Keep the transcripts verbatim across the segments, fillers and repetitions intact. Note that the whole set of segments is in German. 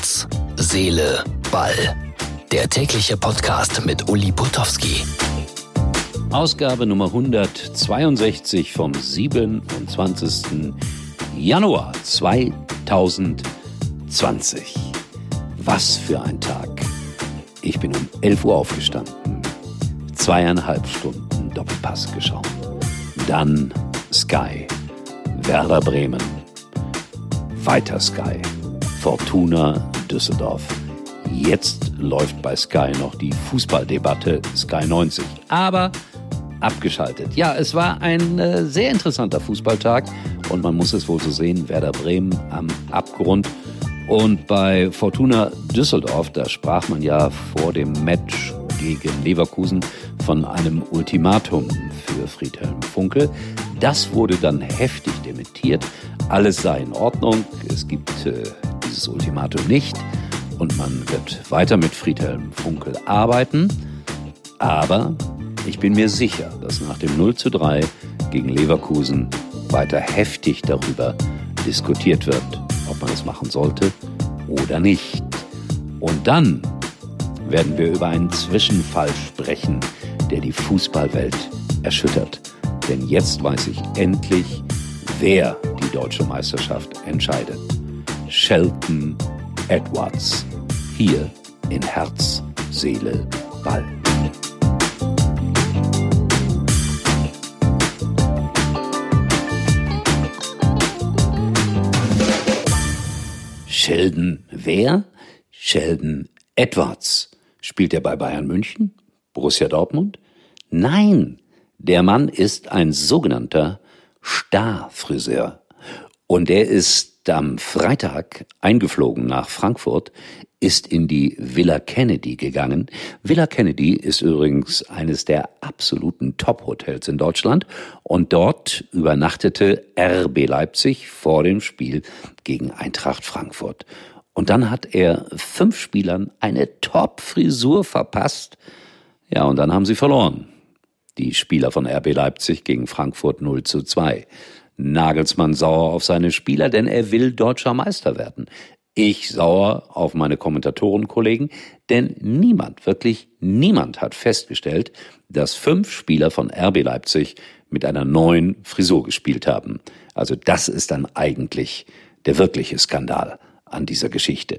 Herz, Seele, Ball. Der tägliche Podcast mit Uli Potowski. Ausgabe Nummer hundertzweiundsechzig vom siebenundzwanzigsten Januar zweitausendzwanzig. Was für ein Tag. Ich bin um elf Uhr aufgestanden, zweieinhalb Stunden Doppelpass geschaut. Dann Sky, Werder Bremen, weiter Sky, Fortuna Düsseldorf. Jetzt läuft bei Sky noch die Fußballdebatte Sky neunzig, aber abgeschaltet. Ja, es war ein äh, sehr interessanter Fußballtag und man muss es wohl so sehen, Werder Bremen am Abgrund. Und bei Fortuna Düsseldorf, da sprach man ja vor dem Match gegen Leverkusen von einem Ultimatum für Friedhelm Funkel. Das wurde dann heftig dementiert. Alles sei in Ordnung, es gibt äh, dieses Ultimatum nicht und man wird weiter mit Friedhelm Funkel arbeiten. Aber ich bin mir sicher, dass nach dem null zu drei gegen Leverkusen weiter heftig darüber diskutiert wird, ob man es machen sollte oder nicht. Und dann werden wir über einen Zwischenfall sprechen, der die Fußballwelt erschüttert. Denn jetzt weiß ich endlich, wer die deutsche Meisterschaft entscheidet. Shelton Edwards. Hier in Herz, Seele, Ball. Sheldon wer? Sheldon Edwards. Spielt er bei Bayern München? Borussia Dortmund? Nein, der Mann ist ein sogenannter Starfriseur. Und er ist am Freitag eingeflogen nach Frankfurt, ist in die Villa Kennedy gegangen. Villa Kennedy ist übrigens eines der absoluten Top-Hotels in Deutschland. Und dort übernachtete R B Leipzig vor dem Spiel gegen Eintracht Frankfurt. Und dann hat er fünf Spielern eine Top-Frisur verpasst. Ja, und dann haben sie verloren. Die Spieler von R B Leipzig gegen Frankfurt null zu zwei. Nagelsmann sauer auf seine Spieler, denn er will deutscher Meister werden. Ich sauer auf meine Kommentatorenkollegen, denn niemand, wirklich niemand hat festgestellt, dass fünf Spieler von R B Leipzig mit einer neuen Frisur gespielt haben. Also das ist dann eigentlich der wirkliche Skandal an dieser Geschichte.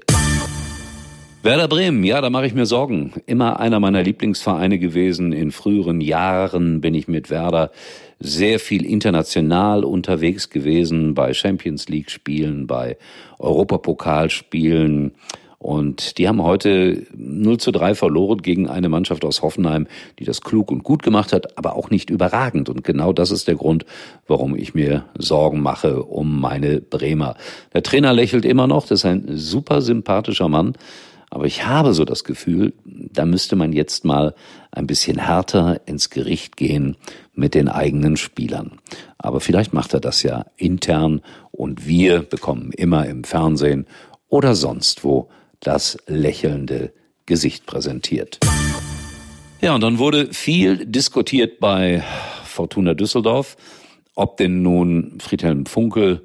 Werder Bremen, ja, da mache ich mir Sorgen. Immer einer meiner Lieblingsvereine gewesen. In früheren Jahren bin ich mit Werder sehr viel international unterwegs gewesen, bei Champions League Spielen, bei Europapokalspielen. Und die haben heute null zu drei verloren gegen eine Mannschaft aus Hoffenheim, die das klug und gut gemacht hat, aber auch nicht überragend. Und genau das ist der Grund, warum ich mir Sorgen mache um meine Bremer. Der Trainer lächelt immer noch, das ist ein super sympathischer Mann. Aber ich habe so das Gefühl, da müsste man jetzt mal ein bisschen härter ins Gericht gehen mit den eigenen Spielern. Aber vielleicht macht er das ja intern und wir bekommen immer im Fernsehen oder sonst wo das lächelnde Gesicht präsentiert. Ja, und dann wurde viel diskutiert bei Fortuna Düsseldorf, ob denn nun Friedhelm Funkel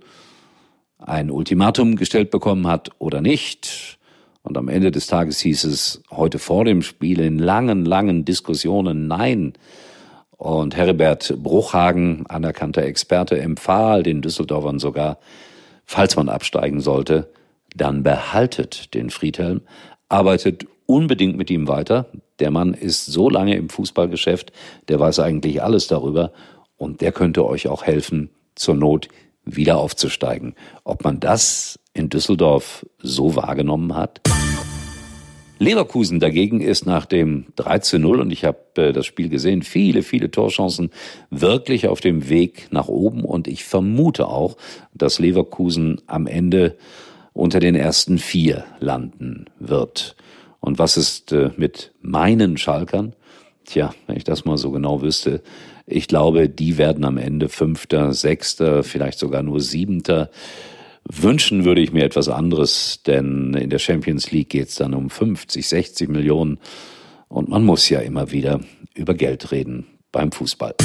ein Ultimatum gestellt bekommen hat oder nicht. Und am Ende des Tages hieß es heute vor dem Spiel in langen, langen Diskussionen nein. Und Heribert Bruchhagen, anerkannter Experte, empfahl den Düsseldorfern sogar, falls man absteigen sollte, dann behaltet den Friedhelm, arbeitet unbedingt mit ihm weiter. Der Mann ist so lange im Fußballgeschäft, der weiß eigentlich alles darüber und der könnte euch auch helfen, zur Not wieder aufzusteigen. Ob man das in Düsseldorf so wahrgenommen hat? Leverkusen dagegen ist nach dem drei zu null, und ich habe äh, das Spiel gesehen, viele, viele Torchancen, wirklich auf dem Weg nach oben. Und ich vermute auch, dass Leverkusen am Ende unter den ersten vier landen wird. Und was ist äh, mit meinen Schalkern? Tja, wenn ich das mal so genau wüsste, ich glaube, die werden am Ende Fünfter, Sechster, vielleicht sogar nur Siebenter. Wünschen würde ich mir etwas anderes, denn in der Champions League geht es dann um fünfzig, sechzig Millionen und man muss ja immer wieder über Geld reden beim Fußball.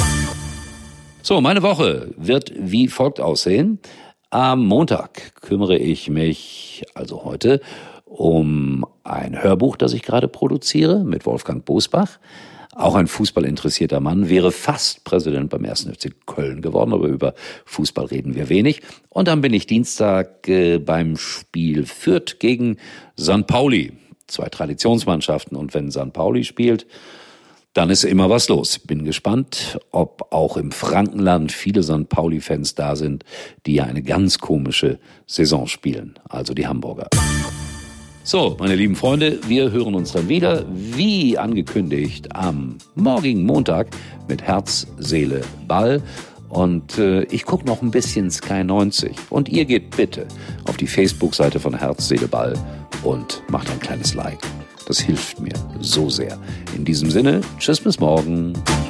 So, meine Woche wird wie folgt aussehen. Am Montag kümmere ich mich, also heute, um ein Hörbuch, das ich gerade produziere mit Wolfgang Bosbach. Auch ein fußballinteressierter Mann, wäre fast Präsident beim ersten F C Köln geworden, aber über Fußball reden wir wenig. Und dann bin ich Dienstag äh, beim Spiel Fürth gegen Sankt Pauli. Zwei Traditionsmannschaften, und wenn Sankt Pauli spielt, dann ist immer was los. Bin gespannt, ob auch im Frankenland viele Sankt Pauli-Fans da sind, die ja eine ganz komische Saison spielen, also die Hamburger. So, meine lieben Freunde, wir hören uns dann wieder, wie angekündigt, am morgigen Montag mit Herz, Seele, Ball. Und äh, ich gucke noch ein bisschen Sky neunzig. Und ihr geht bitte auf die Facebook-Seite von Herz, Seele, Ball und macht ein kleines Like. Das hilft mir so sehr. In diesem Sinne, tschüss bis morgen.